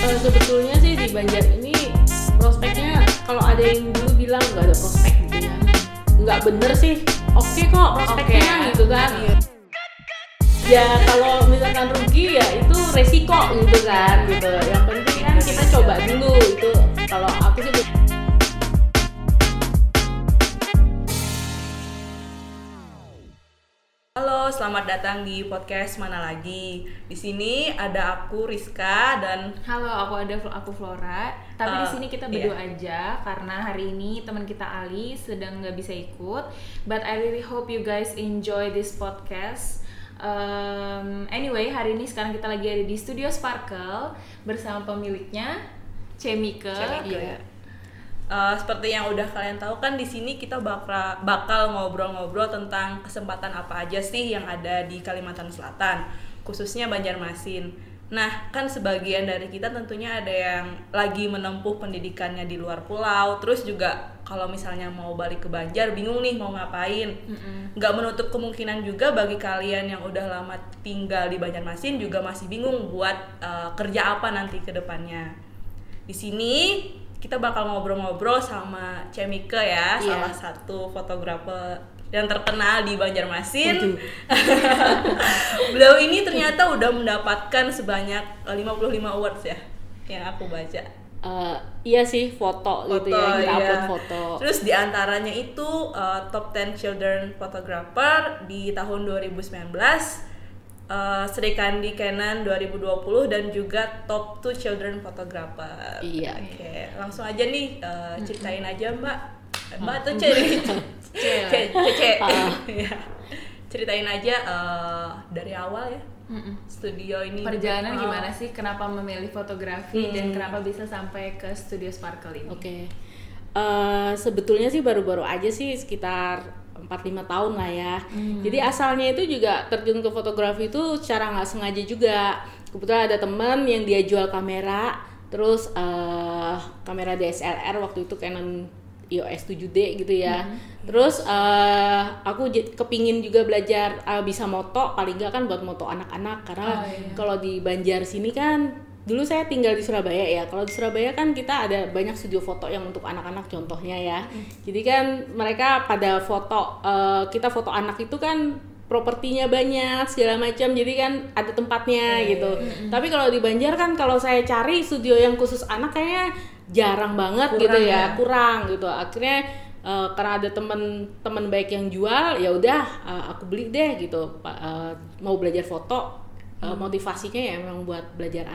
Sebetulnya sih di Banjar ini prospeknya kalau ada yang dulu bilang nggak ada prospek gitu ya, nggak bener sih. Oke kok prospeknya gitu kan. Ya kalau misalkan rugi ya itu resiko gitu kan gitu. Yang penting kan kita coba dulu itu. Kalau aku sih Halo, selamat datang di podcast Mana Lagi. Di sini ada aku Rizka dan Halo, aku Flora. Tapi di sini kita berdua aja karena hari ini teman kita Ali sedang nggak bisa ikut. But I really hope you guys enjoy this podcast. Anyway, hari ini sekarang kita lagi ada di Studio Sparkle bersama pemiliknya Cemike. ya. Seperti yang udah kalian tahu kan di sini kita bakal ngobrol-ngobrol tentang kesempatan apa aja sih yang ada di Kalimantan Selatan, khususnya Banjarmasin. Nah, kan sebagian dari kita tentunya ada yang lagi menempuh pendidikannya di luar pulau, terus juga kalau misalnya mau balik ke Banjar bingung nih mau ngapain. Nggak menutup kemungkinan juga bagi kalian yang udah lama tinggal di Banjarmasin juga masih bingung buat kerja apa nanti ke depannya. Di sini kita bakal ngobrol-ngobrol sama Cemike ya, salah satu fotografer yang terkenal di Banjarmasin. Beliau ini ternyata udah mendapatkan sebanyak 55 awards ya, yang aku baca. iya sih foto gitu ya, kita upload foto. Terus diantaranya itu top 10 children photographer di tahun 2019, Sri Kandi Canon 2020 dan juga top 2 children photographer. Iya. Oke, langsung aja nih ceritain aja Mbak tuh ceritain aja dari awal ya. Studio ini Perjalanan gimana sih? Kenapa memilih fotografi dan kenapa bisa sampai ke Studio Sparkle ini? Oke. Sebetulnya sih baru-baru aja sih, sekitar 4-5 tahun lah ya. Jadi asalnya itu juga terjun ke fotografi itu secara nggak sengaja juga. Kebetulan ada teman yang dia jual kamera, terus kamera DSLR waktu itu Canon EOS 7D gitu ya. Terus aku kepingin juga belajar bisa moto, paling nggak kan buat moto anak-anak, karena kalau di Banjar sini kan dulu saya tinggal di Surabaya ya. Kalau di Surabaya kan kita ada banyak studio foto yang untuk anak-anak contohnya ya. Jadi kan mereka pada foto, kita foto anak itu kan propertinya banyak segala macam. Jadi kan ada tempatnya gitu. Tapi kalau di Banjar kan kalau saya cari studio yang khusus anak kayaknya jarang banget kurang gitu. Akhirnya karena ada teman baik yang jual, ya udah aku beli deh gitu. Mau belajar foto. Motivasinya ya memang buat belajar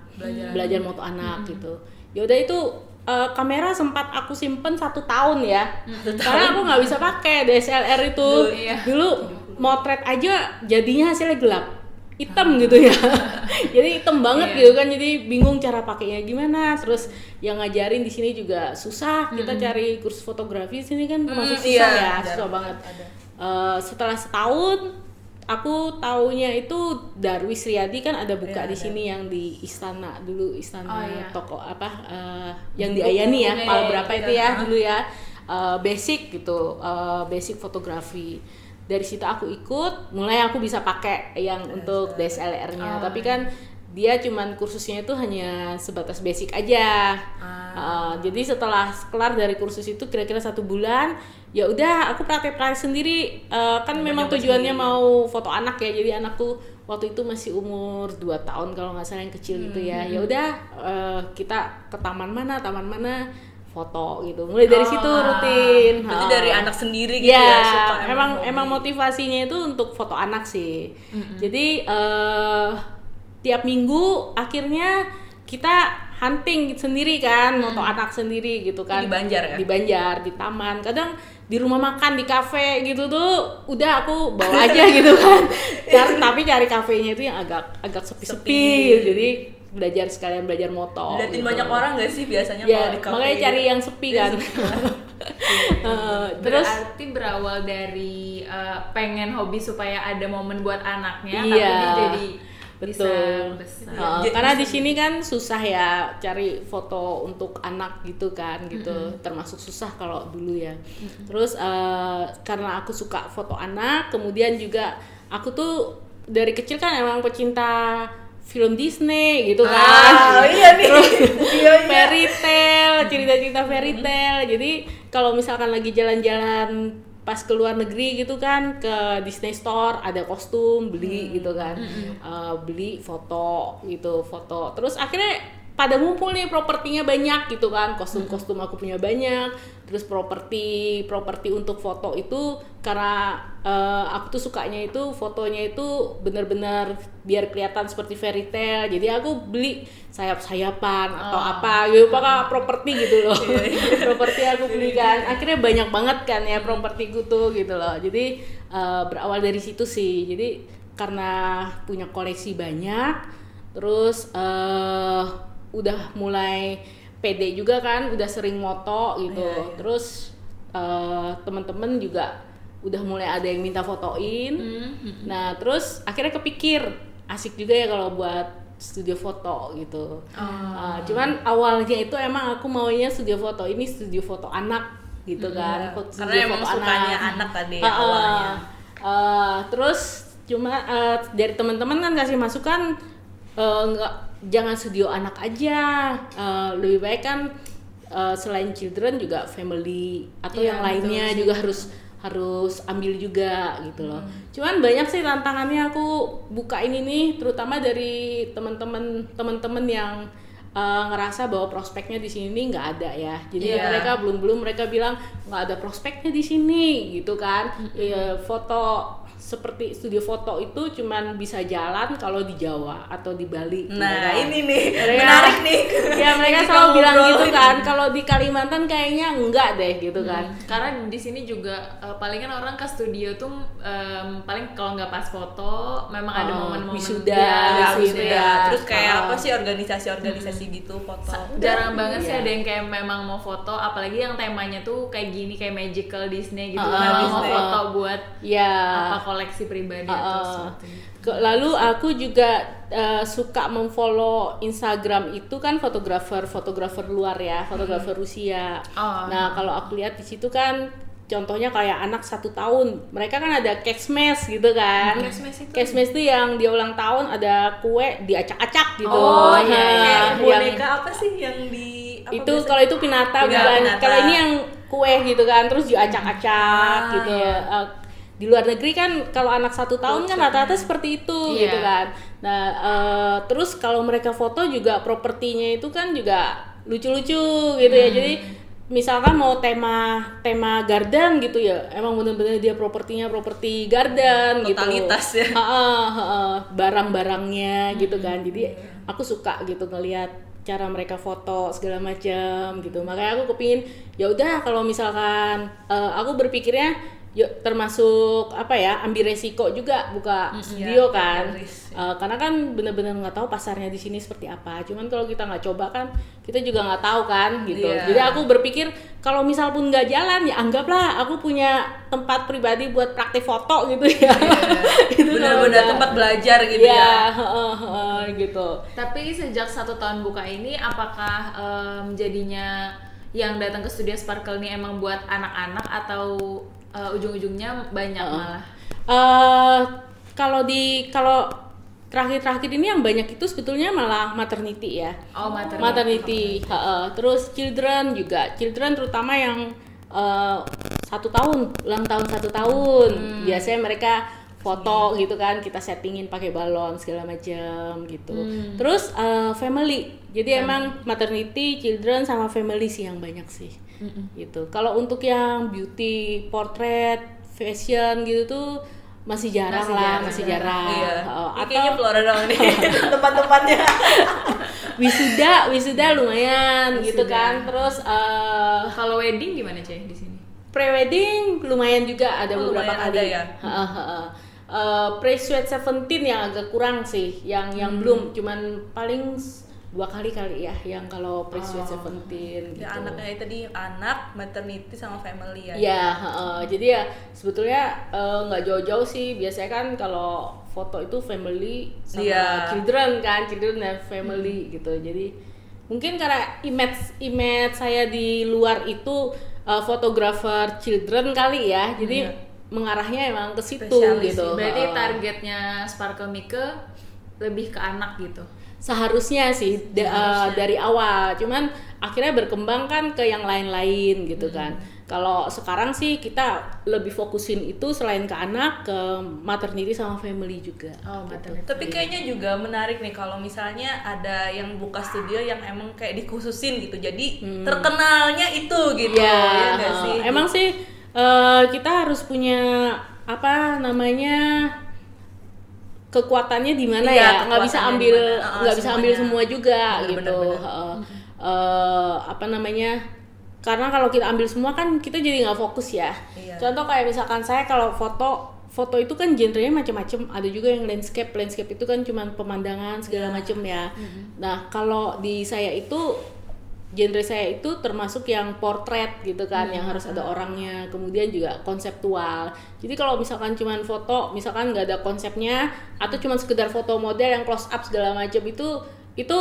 moto anak gitu. Ya udah itu kamera sempat aku simpen 1 tahun ya, karena aku nggak bisa pakai DSLR itu. Dulu motret aja jadinya hasilnya gelap, hitam gitu ya. Jadi hitam banget gitu kan, jadi bingung cara pakainya gimana. Terus yang ngajarin di sini juga susah. Kita cari kursus fotografi di sini kan termasuk susah susah banget. Setelah setahun aku taunya itu Darwis Riyadi kan ada buka di sini yang di Istana dulu, toko apa yang di Ayani ya, Pal berapa itu ya dulu ya, basic gitu, basic fotografi. Dari situ aku ikut, mulai aku bisa pakai yang untuk DSLR-nya. Tapi kan dia cuman kursusnya itu hanya sebatas basic aja. Jadi setelah kelar dari kursus itu kira-kira 1 bulan, ya udah aku praktek sendiri. Kan memang tujuannya mau foto anak ya. Jadi anakku waktu itu masih umur 2 tahun kalau nggak salah, yang kecil gitu ya. Ya udah kita ke taman mana foto gitu. Mulai dari situ rutin. Berarti dari anak sendiri gitu ya. Suka emang motivasinya itu untuk foto anak sih. Jadi tiap minggu akhirnya kita hunting sendiri kan, moto anak sendiri gitu kan. Di Banjar ya? Di Banjar, di taman. Kadang di rumah makan, di kafe gitu tuh udah aku bawa aja gitu kan. Tapi cari kafenya itu yang agak sepi-sepi gitu. Jadi sekalian belajar moto. Liatin gitu. banyak orang gak sih biasanya Ya, kalau di kafe? makanya cari yang sepi kan. Terus berarti berawal dari pengen hobi supaya ada momen buat anaknya, Iya. tapi jadi Betul. bisa besar. Karena di sini kan susah ya cari foto untuk anak gitu kan gitu. Termasuk susah kalau dulu ya. Terus karena aku suka foto anak, kemudian juga aku tuh dari kecil kan emang pecinta film Disney gitu kan. Iya nih. Terus Iya. fairy tale, cerita-cerita fairy tale. Jadi kalau misalkan lagi jalan-jalan pas ke luar negeri gitu kan, ke Disney Store ada kostum beli gitu kan. Beli foto gitu, foto. Terus akhirnya pada ngumpul nih, propertinya banyak gitu kan, kostum-kostum aku punya banyak, terus properti untuk foto itu karena aku tuh sukanya itu fotonya itu benar-benar biar kelihatan seperti fairy tale, jadi aku beli sayap-sayapan atau apa gitu, pokoknya properti gitu loh. Properti aku beli kan, akhirnya banyak banget kan ya propertiku tuh gitu loh. Jadi berawal dari situ sih, jadi karena punya koleksi banyak, terus udah mulai pede juga kan, udah sering moto gitu. Terus teman-teman juga udah mulai ada yang minta fotoin. Nah terus akhirnya kepikir asik juga ya kalau buat studio foto gitu. Cuman awalnya itu emang aku maunya studio foto ini studio foto anak gitu kan. Karena emang sukanya anak tadi ya awalnya. Terus cuma dari teman-teman kan kasih masukan jangan studio anak aja, lebih baik kan selain children juga family atau yang lainnya juga harus ambil juga gitu loh. Cuman banyak sih tantangannya aku buka ini nih, terutama dari teman-teman yang ngerasa bahwa prospeknya di sini nggak ada ya. Jadi mereka mereka bilang nggak ada prospeknya di sini gitu kan. Foto seperti studio foto itu cuman bisa jalan kalau di Jawa atau di Bali. Nah gitu kan. ini nih menarik nih. Ya mereka selalu bilang gitu kan. Kalau di Kalimantan kayaknya enggak deh gitu kan. Karena di sini juga palingan orang ke studio tuh paling kalau nggak pas foto memang ada momen-momen wisuda. Terus kayak apa sih organisasi gitu foto. Jarang banget sih ada yang kayak memang mau foto, apalagi yang temanya tuh kayak gini kayak magical Disney gitu. Memang mau foto buat apa koleksi pribadi atau sesuatu. Lalu aku juga suka memfollow Instagram itu kan fotografer luar ya, fotografer Rusia. Nah kalau aku lihat di situ kan contohnya kayak anak 1 tahun, mereka kan ada Xmas gitu kan. Xmas itu yang dia ulang tahun ada kue diacak-acak gitu. Kayak boneka apa sih yang di apa itu kalau itu pinata bukan. Kalau ini yang kue gitu kan, terus diacak-acak gitu. Di luar negeri kan kalau anak 1 tahun kan rata-rata seperti itu gitu kan. Nah terus kalau mereka foto juga propertinya itu kan juga lucu-lucu gitu ya. Jadi misalkan mau tema garden gitu ya, emang bener-bener dia propertinya properti garden totalitas gitu. Ya. Barang-barangnya gitu kan. Jadi aku suka gitu ngelihat cara mereka foto segala macam gitu. Makanya aku kepingin ya udah kalau misalkan aku berpikirnya termasuk apa ya, ambil resiko juga buka studio kan. Karena kan benar-benar nggak tahu pasarnya di sini seperti apa. Cuman kalau kita nggak coba kan kita juga nggak tahu kan gitu. Jadi aku berpikir kalau misal pun nggak jalan ya anggaplah aku punya tempat pribadi buat praktik foto gitu ya. Itu benar-benar tempat belajar gitu ya. Gitu. Tapi sejak 1 tahun buka ini apakah jadinya yang datang ke studio Sparkle ini emang buat anak-anak atau ujung-ujungnya banyak malah? Kalau terakhir-terakhir ini yang banyak itu sebetulnya malah maternity ya. Maternity. Terus children juga. Children terutama yang 1 tahun, ulang tahun 1 tahun. Biasanya mereka foto gitu kan, kita settingin pakai balon segala macam gitu. Terus family. Jadi emang maternity, children sama family sih yang banyak sih. Gitu. Kalau untuk yang beauty, portrait, fashion gitu tuh masih jarang. Iya. Atau kayaknya Flora dong nih tempat-tempatnya. wisuda lumayan gitu kan. Terus kalau wedding gimana Ceh di sini? Pre-wedding lumayan juga ada beberapa kali. Ada ya. Pre-sweet 17 yang agak kurang sih, yang belum, cuman paling 2 kali ya yang kalau pre-sweet 17 gitu. Ya anaknya tadi anak, maternity sama family ya. Iya, jadi ya sebetulnya nggak jauh-jauh sih. Biasanya kan kalau foto itu family sama children dan family gitu. Jadi mungkin karena image saya di luar itu fotografer children kali ya. Jadi mengarahnya emang ke situ gitu. Berarti targetnya Sparkle Mika lebih ke anak gitu. Seharusnya sih dari awal, cuman akhirnya berkembang kan ke yang lain-lain gitu kan. Kalau sekarang sih kita lebih fokusin itu selain ke anak, ke maternity sama family juga. Oh, gitu. maternity. Tapi kayaknya juga menarik nih kalau misalnya ada yang buka studio yang emang kayak dikhususin gitu, jadi terkenalnya itu gitu, ya nggak sih? Emang sih kita harus punya apa namanya kekuatannya di mana Iya, ya, nggak bisa kekuatannya ambil di mana. nggak bisa ambil semua juga Bener, gitu. Apa namanya, karena kalau kita ambil semua kan kita jadi nggak fokus ya. Iya. Contoh kayak misalkan saya kalau foto itu kan genrenya macam-macam, ada juga yang landscape itu kan cuman pemandangan segala macam ya. Nah kalau di saya itu genre saya itu termasuk yang portrait gitu kan, yang harus ada orangnya, kemudian juga konseptual. Jadi kalau misalkan cuman foto, misalkan nggak ada konsepnya atau cuman sekedar foto model yang close up segala macam itu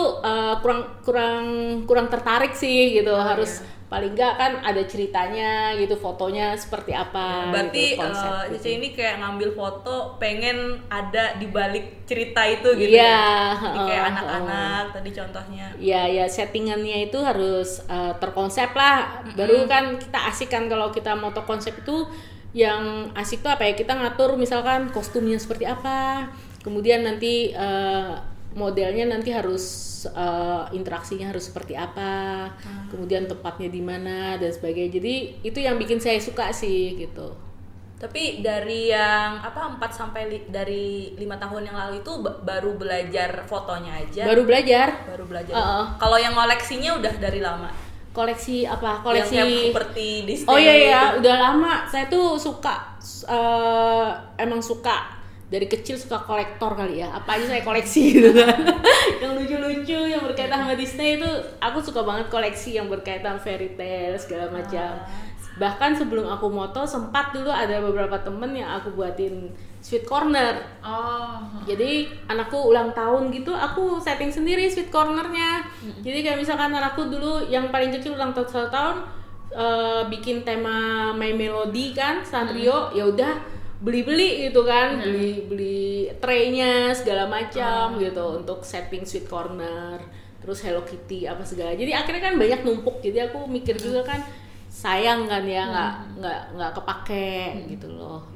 kurang tertarik sih gitu. Harus paling nggak kan ada ceritanya gitu, fotonya seperti apa. Berarti gitu, konsep gitu. Cici ini kayak ngambil foto pengen ada di balik cerita itu gitu. Iya, Jadi kayak anak-anak tadi contohnya. Ya settingannya itu harus terkonsep lah. Baru kan kita asik kan kalau kita moto konsep itu. Yang asik tuh apa ya, kita ngatur misalkan kostumnya seperti apa, kemudian nanti modelnya nanti harus interaksinya harus seperti apa, kemudian tempatnya di mana dan sebagainya. Jadi itu yang bikin saya suka sih gitu. Tapi dari yang 4 sampai dari 5 tahun yang lalu itu baru belajar fotonya aja. Baru belajar. Kalau yang koleksinya udah dari lama. Koleksi apa? Koleksi yang seperti Disney. Oh iya, udah lama. Saya tuh suka emang suka dari kecil, suka kolektor kali ya. Apa aja saya koleksi gitu kan. Yang lucu-lucu yang berkaitan sama Disney itu aku suka banget koleksi yang berkaitan fairy tale segala macam. Bahkan sebelum aku moto sempat dulu ada beberapa temen yang aku buatin sweet corner. Jadi anakku ulang tahun gitu, aku setting sendiri sweet cornernya. Jadi kayak misalkan anakku dulu yang paling kecil ulang tahun 1 tahun, bikin tema My Melody kan, Sanrio, ya udah beli gitu kan, beli traynya segala macam gitu untuk setting sweet corner, terus Hello Kitty apa segala. Jadi akhirnya kan banyak numpuk. Jadi aku mikir juga kan sayang kan ya nggak kepake gitu loh.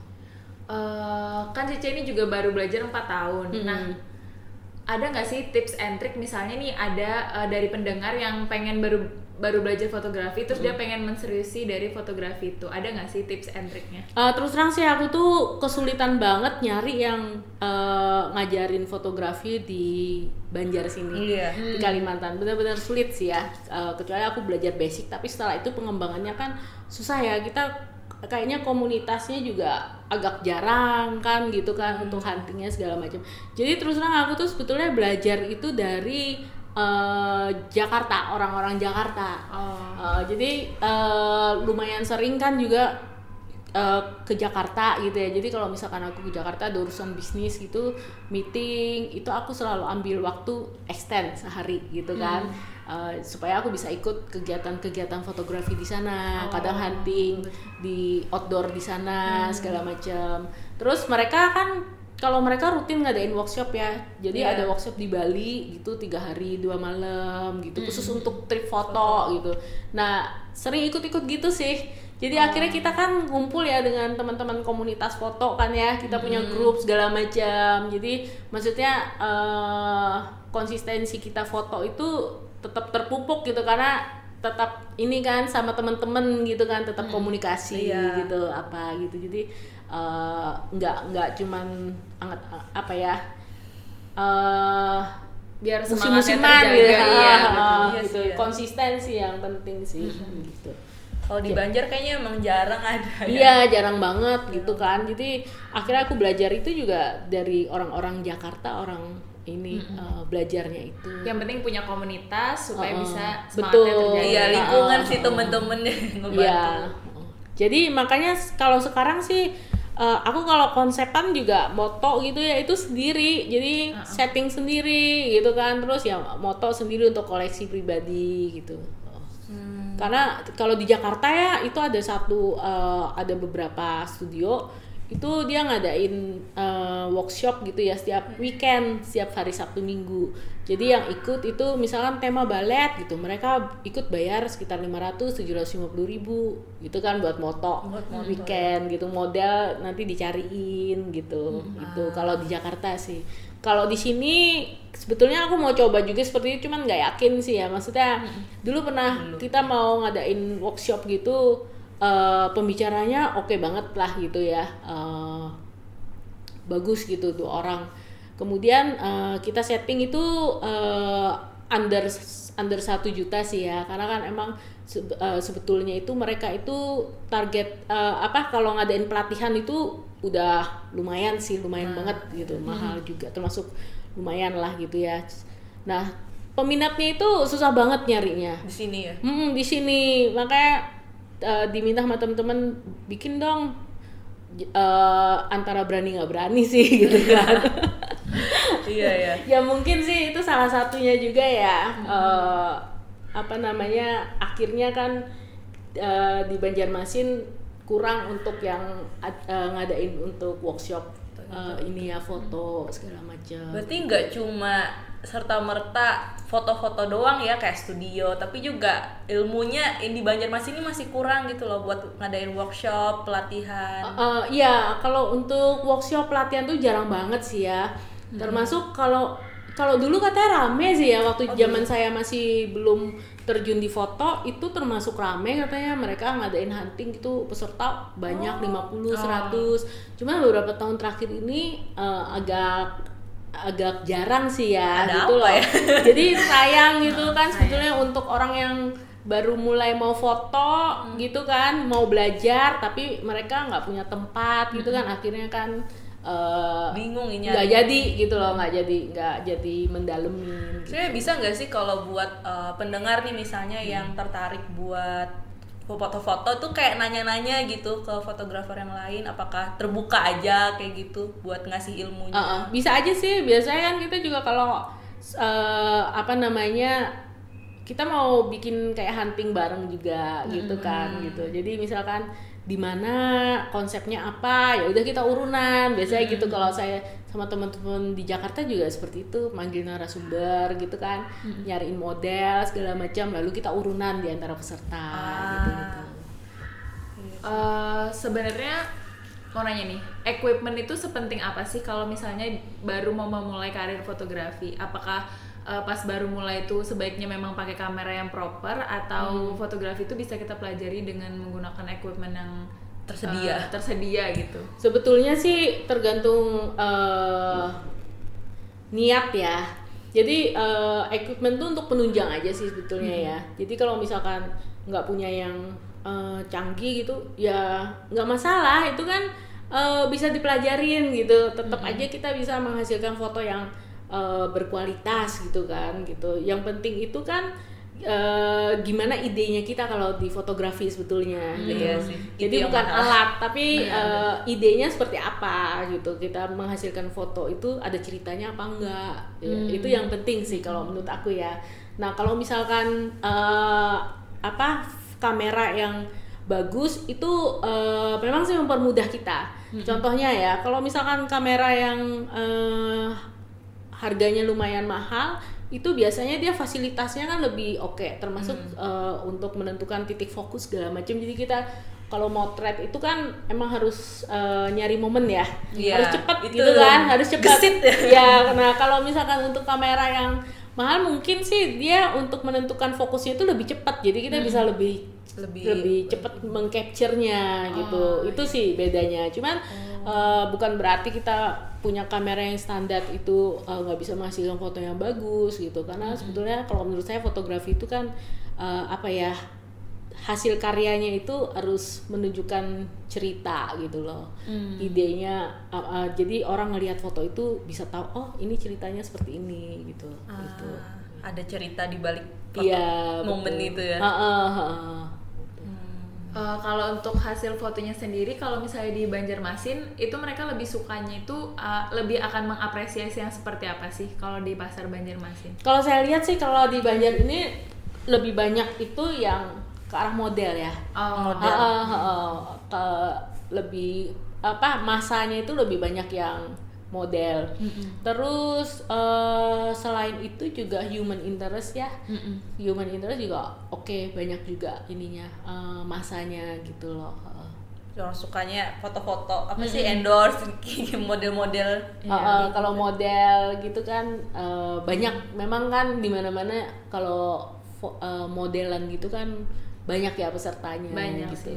Kan Cici ini juga baru belajar 4 tahun. Nah, ada nggak sih tips and trick, misalnya nih ada dari pendengar yang pengen baru belajar fotografi terus dia pengen menseriusi dari fotografi itu, ada nggak sih tips and tricknya? Terus terang sih aku tuh kesulitan banget nyari yang ngajarin fotografi di Banjar sini, di Kalimantan. Benar-benar sulit sih ya, kecuali aku belajar basic, tapi setelah itu pengembangannya kan susah ya. Kita kayaknya komunitasnya juga agak jarang kan gitu kan, untuk huntingnya segala macam. Jadi terus terang aku tuh sebetulnya belajar itu dari Jakarta, orang-orang Jakarta. Jadi lumayan sering kan juga ke Jakarta gitu ya. Jadi kalau misalkan aku ke Jakarta ada urusan bisnis gitu, meeting, itu aku selalu ambil waktu extend sehari gitu kan. Supaya aku bisa ikut kegiatan-kegiatan fotografi di sana, kadang hunting di outdoor di sana segala macam. Terus mereka kan kalau mereka rutin ngadain workshop ya, jadi ada workshop di Bali gitu 3 hari 2 malam gitu, khusus untuk trip foto gitu. Nah sering ikut-ikut gitu sih. Jadi akhirnya kita kan ngumpul ya dengan teman-teman komunitas foto kan ya, kita punya grup segala macam. Jadi maksudnya konsistensi kita foto itu tetap terpupuk gitu, karena tetap ini kan sama teman-teman gitu kan, tetap komunikasi gitu apa gitu. Jadi nggak cuman apa ya, biar musim-musiman gitu. Gitu. Konsistensi yang penting sih gitu. Kalau di Banjar kayaknya emang jarang ada. Iya, jarang banget gitu kan. Jadi akhirnya aku belajar itu juga dari orang-orang Jakarta, orang ini belajarnya itu. Yang penting punya komunitas supaya bisa betul. semangatnya terjaga. Iya, lingkungan sih temen-temennya ngebantu. Iya. Jadi makanya kalau sekarang sih aku kalau konsepan juga moto gitu ya itu sendiri. Jadi setting sendiri gitu kan. Terus ya moto sendiri untuk koleksi pribadi gitu. Karena kalau di Jakarta ya itu ada beberapa studio itu dia ngadain workshop gitu ya setiap weekend, setiap hari Sabtu Minggu. Jadi yang ikut itu misalkan tema balet gitu, mereka ikut bayar sekitar 500-750 ribu gitu kan buat moto weekend gitu, model nanti dicariin gitu. Gitu kalau di Jakarta sih. Kalau di sini sebetulnya aku mau coba juga seperti itu, cuman nggak yakin sih ya. Maksudnya dulu pernah kita mau ngadain workshop gitu, pembicaranya oke banget lah gitu ya, bagus gitu tuh orang. Kemudian kita setting itu under 1 juta sih ya, karena kan emang sebetulnya itu mereka itu target kalau ngadain pelatihan itu udah lumayan banget gitu, mahal juga, termasuk lumayan lah gitu ya. Nah peminatnya itu susah banget nyarinya di sini ya. Di sini makanya diminta sama teman-teman bikin dong, antara berani nggak berani sih gitu kan. Iya ya. Ya mungkin sih itu salah satunya juga ya. Akhirnya kan di Banjarmasin kurang untuk yang ngadain untuk workshop ini ya, foto segala macam. Berarti nggak cuma serta-merta foto-foto doang ya kayak studio, tapi juga ilmunya di Banjarmasin ini masih kurang gitu loh buat ngadain workshop, pelatihan. Iya, kalau untuk workshop pelatihan tuh jarang banget sih ya. Termasuk kalau dulu katanya rame sih ya, waktu zaman saya masih belum terjun di foto itu termasuk rame katanya, mereka ngadain hunting gitu, peserta banyak 50, 100. Cuma beberapa tahun terakhir ini agak jarang sih ya. Ada gitu apa loh. Ya? Jadi sayang gitu kan sebetulnya untuk orang yang baru mulai mau foto gitu kan, mau belajar tapi mereka nggak punya tempat gitu kan, akhirnya kan bingung ini nggak jadi gitu loh, nggak jadi mendalemin gitu. Sebenarnya bisa nggak sih kalau buat pendengar nih misalnya yang tertarik buat foto-foto tuh kayak nanya-nanya gitu ke fotografer yang lain, apakah terbuka aja kayak gitu buat ngasih ilmunya? Bisa aja sih, biasanya kan kita juga kalau kita mau bikin kayak hunting bareng juga gitu kan gitu. Jadi misalkan di mana konsepnya apa, ya udah kita urunan biasanya gitu. Kalau saya sama teman-teman di Jakarta juga seperti itu, manggil narasumber gitu kan, nyariin model segala macam, lalu kita urunan di antara peserta gitu. Sebenarnya mau nanya nih, equipment itu sepenting apa sih kalau misalnya baru mau memulai karir fotografi? Apakah pas baru mulai itu sebaiknya memang pakai kamera yang proper, atau fotografi itu bisa kita pelajari dengan menggunakan equipment yang tersedia gitu? Sebetulnya sih tergantung niat ya. Jadi equipment tuh untuk penunjang aja sih sebetulnya ya. Jadi kalau misalkan nggak punya yang canggih gitu ya nggak masalah, itu kan bisa dipelajarin gitu. Tetap aja kita bisa menghasilkan foto yang berkualitas gitu kan gitu. Yang penting itu kan gimana idenya kita kalau di fotografi sebetulnya gitu. Iya sih. Jadi bukan alat tapi idenya seperti apa gitu. Kita menghasilkan foto itu ada ceritanya apa enggak. Itu yang penting sih kalau menurut aku ya. Nah, kalau misalkan kamera yang bagus itu memang sih mempermudah kita. Contohnya ya, kalau misalkan kamera yang harganya lumayan mahal, itu biasanya dia fasilitasnya kan lebih oke, termasuk untuk menentukan titik fokus segala macam. Jadi kita kalau motret itu kan emang harus nyari momen ya, harus cepat gitu kan, harus cepat. Gesit ya. Ya, nah kalau misalkan untuk kamera yang mahal mungkin sih dia untuk menentukan fokusnya itu lebih cepat, jadi kita bisa lebih cepat mengcapture-nya gitu. Itu sih bedanya. Cuman bukan berarti kita punya kamera yang standar itu nggak bisa menghasilkan foto yang bagus gitu. Karena sebetulnya kalau menurut saya fotografi itu kan hasil karyanya itu harus menunjukkan cerita gitu loh. Idenya jadi orang ngelihat foto itu bisa tahu, oh ini ceritanya seperti ini gitu. Gitu. Ada cerita di balik foto momen itu ya. Kalau untuk hasil fotonya sendiri, kalau misalnya di Banjarmasin itu mereka lebih sukanya itu lebih akan mengapresiasi yang seperti apa sih kalau di pasar Banjarmasin? Kalau saya lihat sih kalau di Banjar ini lebih banyak itu yang ke arah model ya. Model. Lebih masanya itu lebih banyak yang model. Terus selain itu juga human interest ya. Human interest juga oke, banyak juga ininya masanya gitu loh. Orang sukanya foto-foto apa sih endorse model-model. Kalau model gitu kan banyak memang kan di mana-mana kalau modelan gitu kan banyak ya pesertanya banyak gitu.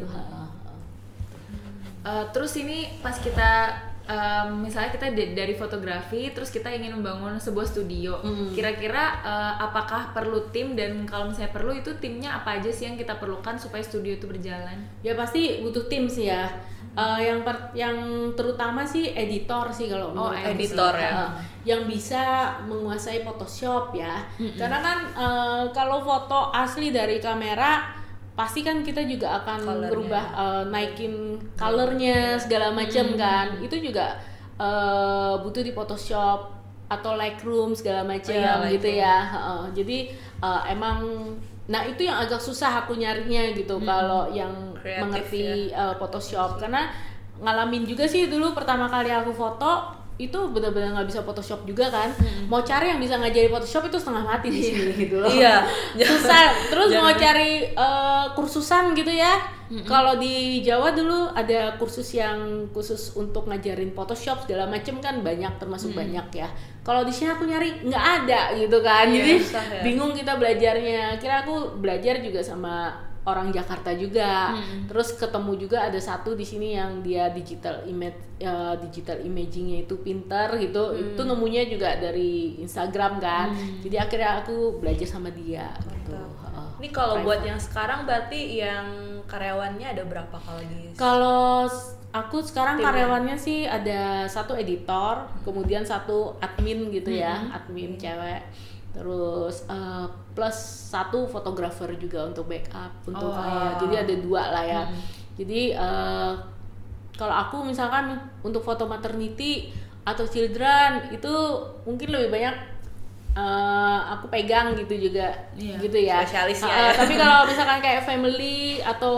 Terus ini pas kita misalnya kita dari fotografi terus kita ingin membangun sebuah studio, kira-kira apakah perlu tim, dan kalau misalnya perlu itu timnya apa aja sih yang kita perlukan supaya studio itu berjalan? Ya pasti butuh tim sih ya. Yang terutama sih editor sih kalau editor ya. Yang bisa menguasai Photoshop ya. Karena kan kalau foto asli dari kamera pasti kan kita juga akan Colornya. berubah, naikin colornya segala macam kan. Itu juga butuh di Photoshop atau Lightroom segala macam gitu ya. Jadi emang itu yang agak susah aku nyarinya gitu kalau yang Kreatif mengerti Photoshop, karena ngalamin juga sih dulu pertama kali aku foto itu benar-benar nggak bisa Photoshop juga kan. Mau cari yang bisa ngajarin Photoshop itu setengah mati di sini gitu loh. Iya. Susah. Terus mau cari kursusan gitu ya. Kalau di Jawa dulu ada kursus yang khusus untuk ngajarin Photoshop segala macem kan banyak, termasuk banyak ya. Kalau di sini aku nyari nggak ada gitu kan. Jadi bingung kita belajarnya. Kira aku belajar juga sama orang Jakarta juga. Terus ketemu juga ada satu di sini yang dia digital imagingnya itu pintar gitu. Itu nemunya juga dari Instagram kan. Jadi akhirnya aku belajar sama dia gitu. Ini kalau buat yang sekarang berarti yang karyawannya ada berapa kalau di? Kalau aku sekarang karyawannya sih ada satu editor, kemudian satu admin gitu ya, admin cewek. Terus plus satu fotografer juga untuk backup untuk jadi ada 2 lah ya. Jadi kalau aku misalkan untuk foto maternity atau children itu mungkin lebih banyak aku pegang gitu juga, gitu ya. Spesialisnya. Tapi kalau misalkan kayak family atau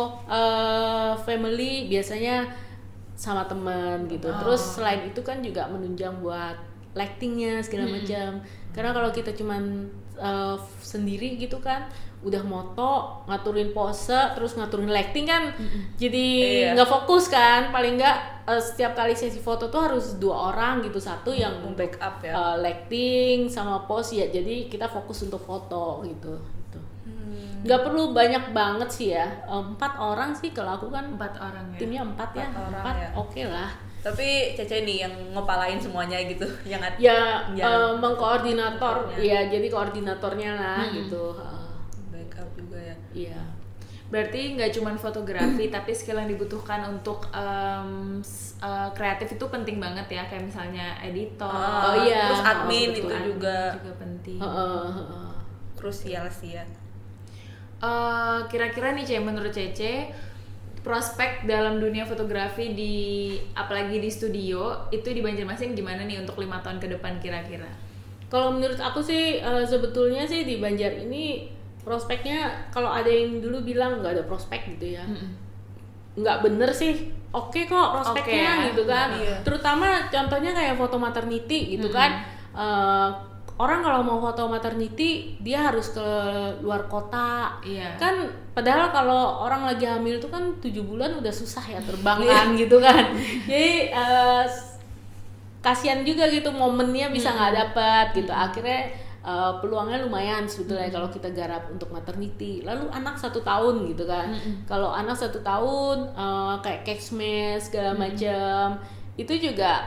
family biasanya sama teman gitu. Terus selain itu kan juga menunjang buat lightingnya segala macam. Karena kalau kita cuman sendiri gitu kan, udah moto, ngaturin pose, terus ngaturin lighting kan, jadi nggak fokus kan. Paling nggak setiap kali sesi foto tuh harus 2 orang gitu, satu yang backup ya, lighting sama pose ya. Jadi kita fokus untuk foto gitu. Nggak perlu banyak banget sih ya, 4 orang sih kalau aku kan. 4 orang ya. Timnya 4 ya, 4 ya. Oke lah. Tapi Cece nih yang ngepalain semuanya gitu, yang mengkoordinator, ya jadi koordinatornya lah gitu. Backup juga ya. Iya. Berarti nggak cuma fotografi, tapi skill yang dibutuhkan untuk kreatif itu penting banget ya, kayak misalnya editor, terus admin itu juga penting. Krusial sih ya. Kira-kira nih menurut Cece, prospek dalam dunia fotografi apalagi di studio itu di Banjarmasin gimana nih untuk 5 tahun ke depan kira-kira? Kalau menurut aku sih sebetulnya sih di Banjar ini prospeknya, kalau ada yang dulu bilang nggak ada prospek gitu ya, nggak bener sih. Oke kok prospeknya gitu kan. Terutama contohnya kayak foto maternity gitu kan. Orang kalau mau foto maternity dia harus ke luar kota, kan padahal kalau orang lagi hamil itu kan 7 bulan udah susah ya terbang kan gitu kan. Jadi kasihan juga gitu, momennya bisa nggak dapat gitu. Akhirnya peluangnya lumayan sebetulnya kalau kita garap untuk maternity. Lalu anak 1 tahun gitu kan. Kalau anak 1 tahun kayak keksmes segala macam itu juga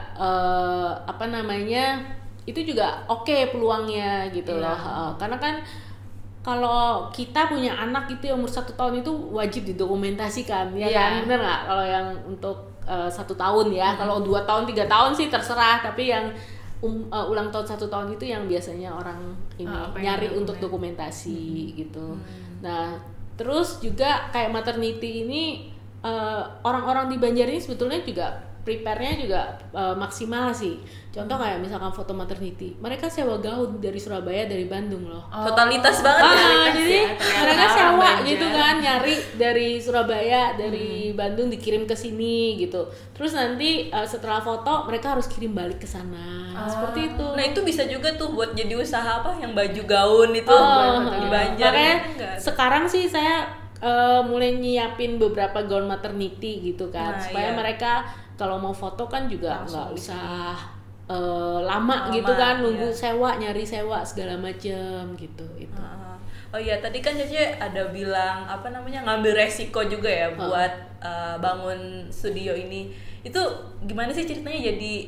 itu juga oke peluangnya gitu loh. Karena kan kalau kita punya anak itu yang umur 1 tahun itu wajib didokumentasikan ya kan, bener nggak? Kalau yang untuk 1 tahun ya, kalau 2 tahun 3 tahun sih terserah, tapi yang ulang tahun 1 tahun itu yang biasanya orang ini nyari untuk dokumentasi gitu. Nah terus juga kayak maternity ini orang-orang di Banjar ini sebetulnya juga prepare-nya juga maksimal sih. Contoh kayak misalkan foto maternity, mereka sewa gaun dari Surabaya, dari Bandung loh. Totalitas banget ya. Jadi ya, mereka sewa Banjar. gitu kan, nyari dari Surabaya, dari Bandung dikirim ke sini gitu. Terus nanti setelah foto mereka harus kirim balik ke sana. Seperti itu. Nah itu bisa juga tuh buat jadi usaha apa yang baju gaun itu di Banjar. Makanya Enggak. sekarang sih saya mulai nyiapin beberapa gaun maternity gitu kan, Nah, supaya iya. mereka kalau mau foto kan juga nggak usah lama gitu Lama, kan, nunggu iya. sewa, nyari sewa segala macem gitu itu. Oh iya, tadi kan Cece ada bilang apa namanya ngambil resiko juga ya buat bangun studio ini. Itu gimana sih ceritanya jadi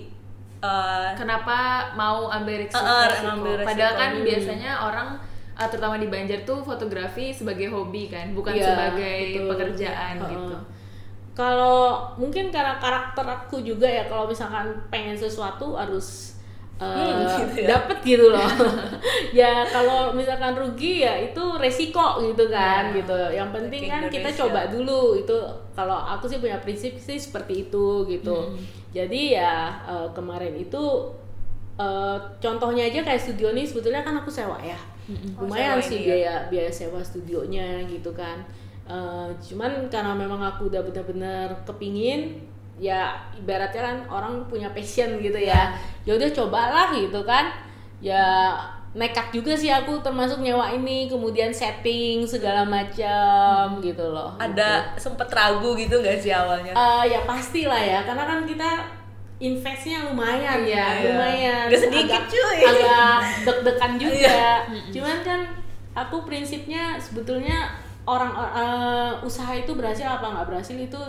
Kenapa mau ambil resiko? ngambil resiko. Padahal kan biasanya orang terutama di Banjar tuh fotografi sebagai hobi kan, bukan Iya, sebagai betul. pekerjaan gitu. Kalau mungkin karena karakter aku juga ya, kalau misalkan pengen sesuatu harus gitu ya. dapet gitu loh. Ya kalau misalkan rugi ya itu resiko gitu kan, Ya, gitu. Yang penting Ke kan kita Indonesia. coba dulu itu. Kalau aku sih punya prinsip sih seperti itu gitu. Jadi ya kemarin itu contohnya aja kayak studio ini sebetulnya kan aku sewa ya. Lumayan sewa sih ini biaya sewa studionya gitu kan. Cuman karena memang aku udah benar-benar kepingin, ya ibaratnya kan orang punya passion gitu ya. Ya udah cobalah gitu kan. Ya nekat juga sih aku termasuk nyewa ini, kemudian setting segala macam gitu loh. ada sempet ragu gitu nggak sih awalnya? Ya pastilah ya, karena kan kita investnya lumayan ya, Iya. lumayan. Nggak sedikit, agak, cuy. agak deg-degan juga. Cuman kan aku prinsipnya sebetulnya orang usaha itu berhasil apa nggak berhasil itu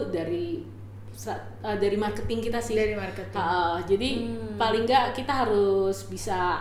dari marketing kita sih. Dari marketing. Jadi paling nggak kita harus bisa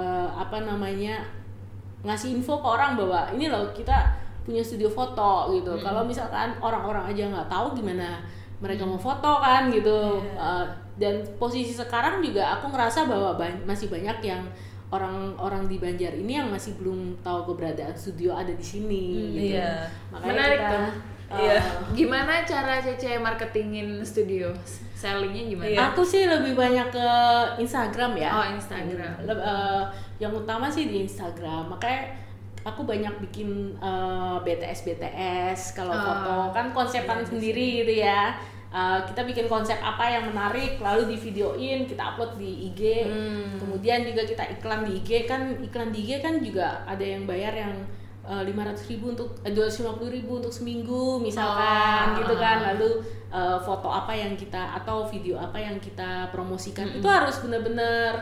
ngasih info ke orang bahwa ini loh kita punya studio foto gitu. Kalau misalkan orang-orang aja nggak tahu gimana mereka mau foto kan gitu. Dan posisi sekarang juga aku ngerasa bahwa masih banyak yang orang-orang di Banjar ini yang masih belum tahu keberadaan studio ada di sini gitu. Iya. Makanya Menarik kita, tuh. Iya. Gimana cara Cece marketingin studio? Sellingnya gimana? Iya. Aku sih lebih banyak ke Instagram ya. Oh, Instagram. Yang utama sih di Instagram. Makanya aku banyak bikin BTS kalau foto kan konsepan sendiri gitu ya. Kita bikin konsep apa yang menarik lalu di-videoin, kita upload di IG. Kemudian juga kita iklan di IG kan, juga ada yang bayar yang 500.000 untuk 250.000 untuk seminggu misalkan gitu kan. Lalu foto apa yang kita atau video apa yang kita promosikan itu harus benar-benar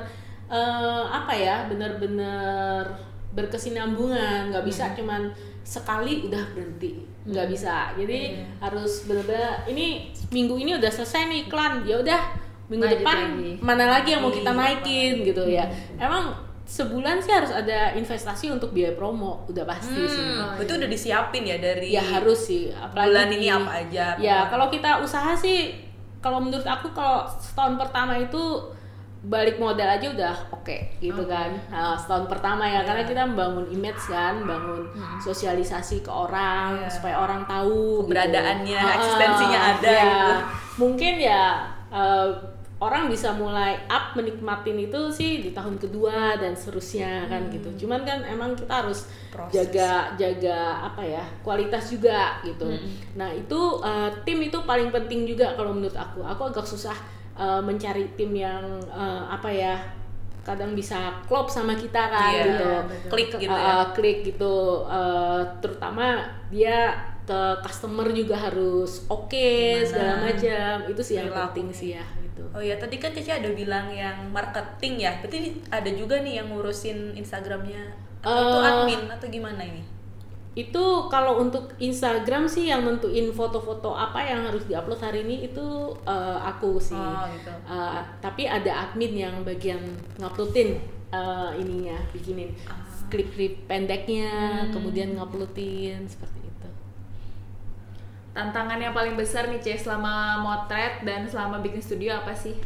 benar-benar berkesinambungan, nggak bisa cuman sekali udah berhenti, nggak bisa. Jadi harus benar-benar ini minggu ini udah selesai nih iklan, ya udah minggu Lanjut depan lagi. mana lagi yang mau kita naikin gitu ya. Emang sebulan sih harus ada investasi untuk biaya promo, udah pasti sih. Itu udah disiapin ya dari Ya harus sih, apalagi bulan ini apa aja. Ya kalau kita usaha sih, kalau menurut aku kalau setahun pertama itu balik modal aja udah oke gitu kan. Nah, setahun pertama ya, karena kita membangun image kan, bangun sosialisasi ke orang supaya orang tahu Keberadaannya, gitu. eksistensinya ada ya. gitu. Mungkin ya orang bisa mulai menikmatin itu sih di tahun kedua dan seterusnya kan gitu. Cuman kan emang kita harus Proses. jaga kualitas juga gitu. Nah itu tim itu paling penting juga kalau menurut aku. Aku agak susah mencari tim yang kadang bisa klop sama kita kan Iya, gitu. klik gitu ya. Klik gitu. Terutama dia ke customer juga harus oke segala macam. Itu sih yang Perilaku. penting sih ya gitu. Oh ya, tadi kan Cece ada bilang yang marketing ya. Berarti ada juga nih yang ngurusin Instagramnya. Atau itu admin atau gimana ini? Itu kalau untuk Instagram sih yang nentuin foto-foto apa yang harus diupload hari ini itu aku sih. Oh, gitu. Tapi ada admin yang bagian nguploadin bikinin klip-klip pendeknya, kemudian nguploadin seperti itu. Tantangan yang paling besar nih Ce selama motret dan selama bikin studio apa sih?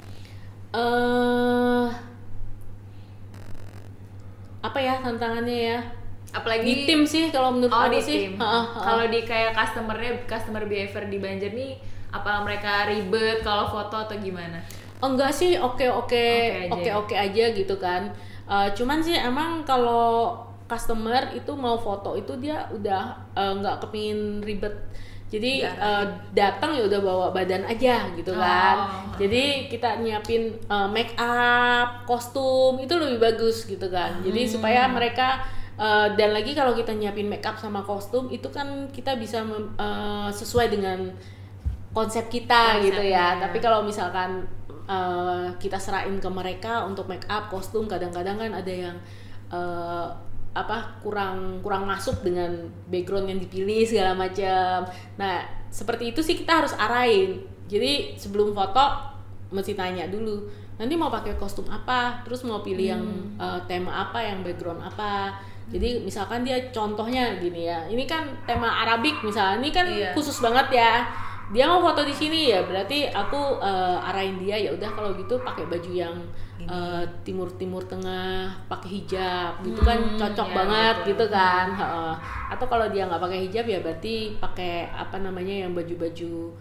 Apa ya tantangannya ya? Apalagi Di tim sih kalau menurut aku di sih. tim. Kalau di kayak customer behavior di Banjar nih Apa mereka ribet kalau foto atau gimana? Enggak sih, oke aja gitu kan. Cuman sih emang kalau customer itu mau foto itu dia udah nggak kepingin ribet. Jadi datang ya udah bawa badan aja gitu kan. Jadi kita nyiapin make up, kostum itu lebih bagus gitu kan. Jadi supaya mereka dan lagi kalau kita nyiapin make up sama kostum itu kan kita bisa sesuai dengan konsep kita gitu ya. Tapi kalau misalkan kita serahin ke mereka untuk make up, kostum, kadang-kadang kan ada yang kurang masuk dengan background yang dipilih segala macam. Nah seperti itu sih kita harus arahin. Jadi sebelum foto mesti tanya dulu, nanti mau pakai kostum apa, terus mau pilih yang tema apa, yang background apa. Jadi misalkan dia contohnya gini ya, ini kan tema Arabik misalnya, ini kan khusus banget ya. Dia mau foto di sini ya, berarti aku arahin dia ya udah kalau gitu pakai baju yang timur tengah, pakai hijab gitu kan cocok banget betul. Gitu kan. Atau kalau dia nggak pakai hijab ya berarti pakai yang baju-baju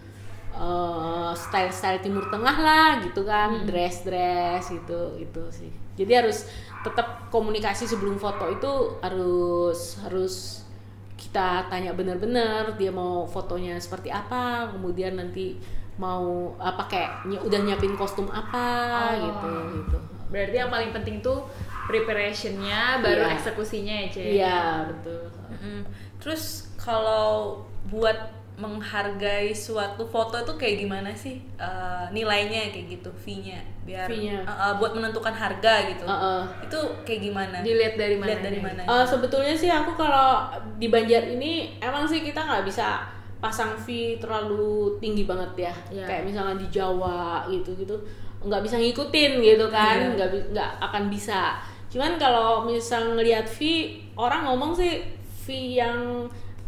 style timur tengah lah gitu kan, dress gitu sih. Jadi harus tetap komunikasi sebelum foto itu harus kita tanya benar-benar dia mau fotonya seperti apa, kemudian nanti mau udah nyiapin kostum apa gitu. Berarti yang paling penting tuh preparationnya baru eksekusinya ya Cek. Iya betul. Terus kalau buat menghargai suatu foto itu kayak gimana sih nilainya kayak gitu, fee-nya biar buat menentukan harga gitu. Itu kayak gimana? Dilihat dari mana? Sebetulnya sih aku kalau di Banjar ini emang sih kita nggak bisa pasang fee terlalu tinggi banget ya. Kayak misalnya di Jawa gitu nggak bisa ngikutin gitu kan, nggak akan bisa. Cuman kalau misal ngelihat fee, orang ngomong sih fee yang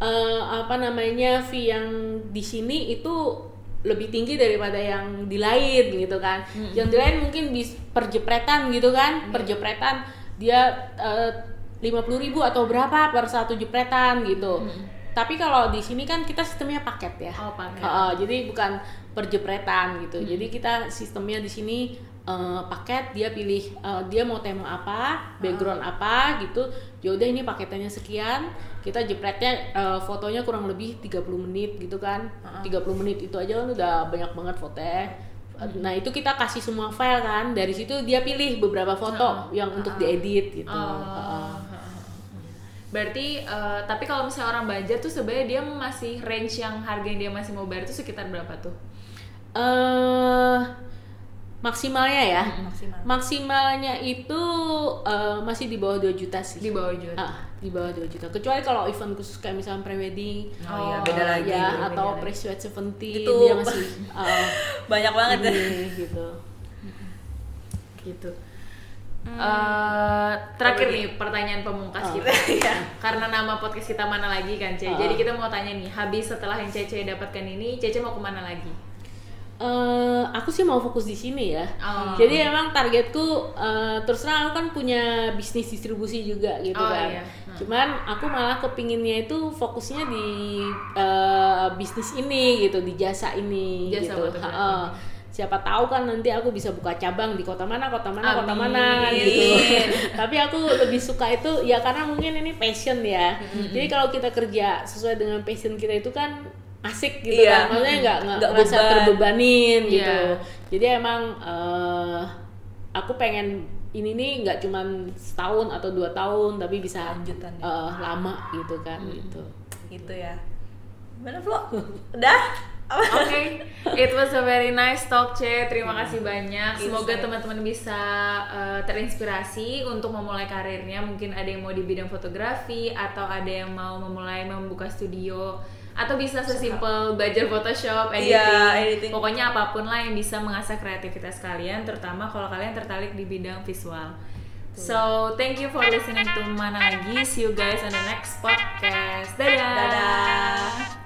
fee yang di sini itu lebih tinggi daripada yang di lain gitu kan. Yang di lain mungkin per jepretan gitu kan, per jepretan dia 50.000 atau berapa per satu jepretan gitu. Tapi kalau di sini kan kita sistemnya paket ya. Paket. Jadi bukan per jepretan gitu. Jadi kita sistemnya di sini paket, dia pilih dia mau tema apa, background apa gitu. Ya udah ini paketannya sekian, kita jepretnya fotonya kurang lebih 30 menit gitu kan. 30 menit itu aja kan udah banyak banget fotonya. Nah itu kita kasih semua file kan, dari situ dia pilih beberapa foto yang untuk diedit gitu. Berarti tapi kalau misalnya orang Banjar tuh sebenarnya dia masih range yang harga yang dia masih mau bayar itu sekitar berapa tuh? Maksimalnya ya. Maksimalnya itu masih di bawah 2 juta sih. Di bawah 2 juta. Di bawah 2 juta. Kecuali kalau event khusus kayak misalnya pre-wedding. Beda lagi. Ya, atau pre-sweat 70 itu dia masih banyak banget gitu. Terakhir nih pertanyaan pemungkas kita. Karena nama podcast kita Mana Lagi kan Cece. Jadi kita mau tanya nih, habis setelah yang Cece dapatkan ini, Cece mau kemana lagi? Aku sih mau fokus di sini ya. Jadi emang targetku terus terang aku kan punya bisnis distribusi juga gitu kan. Cuman aku malah kepinginnya itu fokusnya di bisnis ini gitu, di jasa ini gitu. Siapa tahu kan nanti aku bisa buka cabang di kota mana gitu. Tapi aku lebih suka itu ya karena mungkin ini passion ya. Jadi kalau kita kerja sesuai dengan passion kita itu kan asik gitu kan, maksudnya nggak merasa terbebanin gitu. Jadi emang aku pengen ini nih nggak cuma setahun atau 2 tahun, tapi bisa lanjutan lama gitu kan gitu ya. Mana Flo? Udah? Oke, it was a very nice talk, Ce. Terima kasih banyak. Semoga teman-teman bisa terinspirasi untuk memulai karirnya. Mungkin ada yang mau di bidang fotografi, atau ada yang mau membuka studio, atau bisa sesimpel belajar Photoshop, editing. Pokoknya apapun lah yang bisa mengasah kreativitas kalian, terutama kalau kalian tertarik di bidang visual. So, thank you for listening to Mana Lagi. See you guys on the next podcast. Dadah.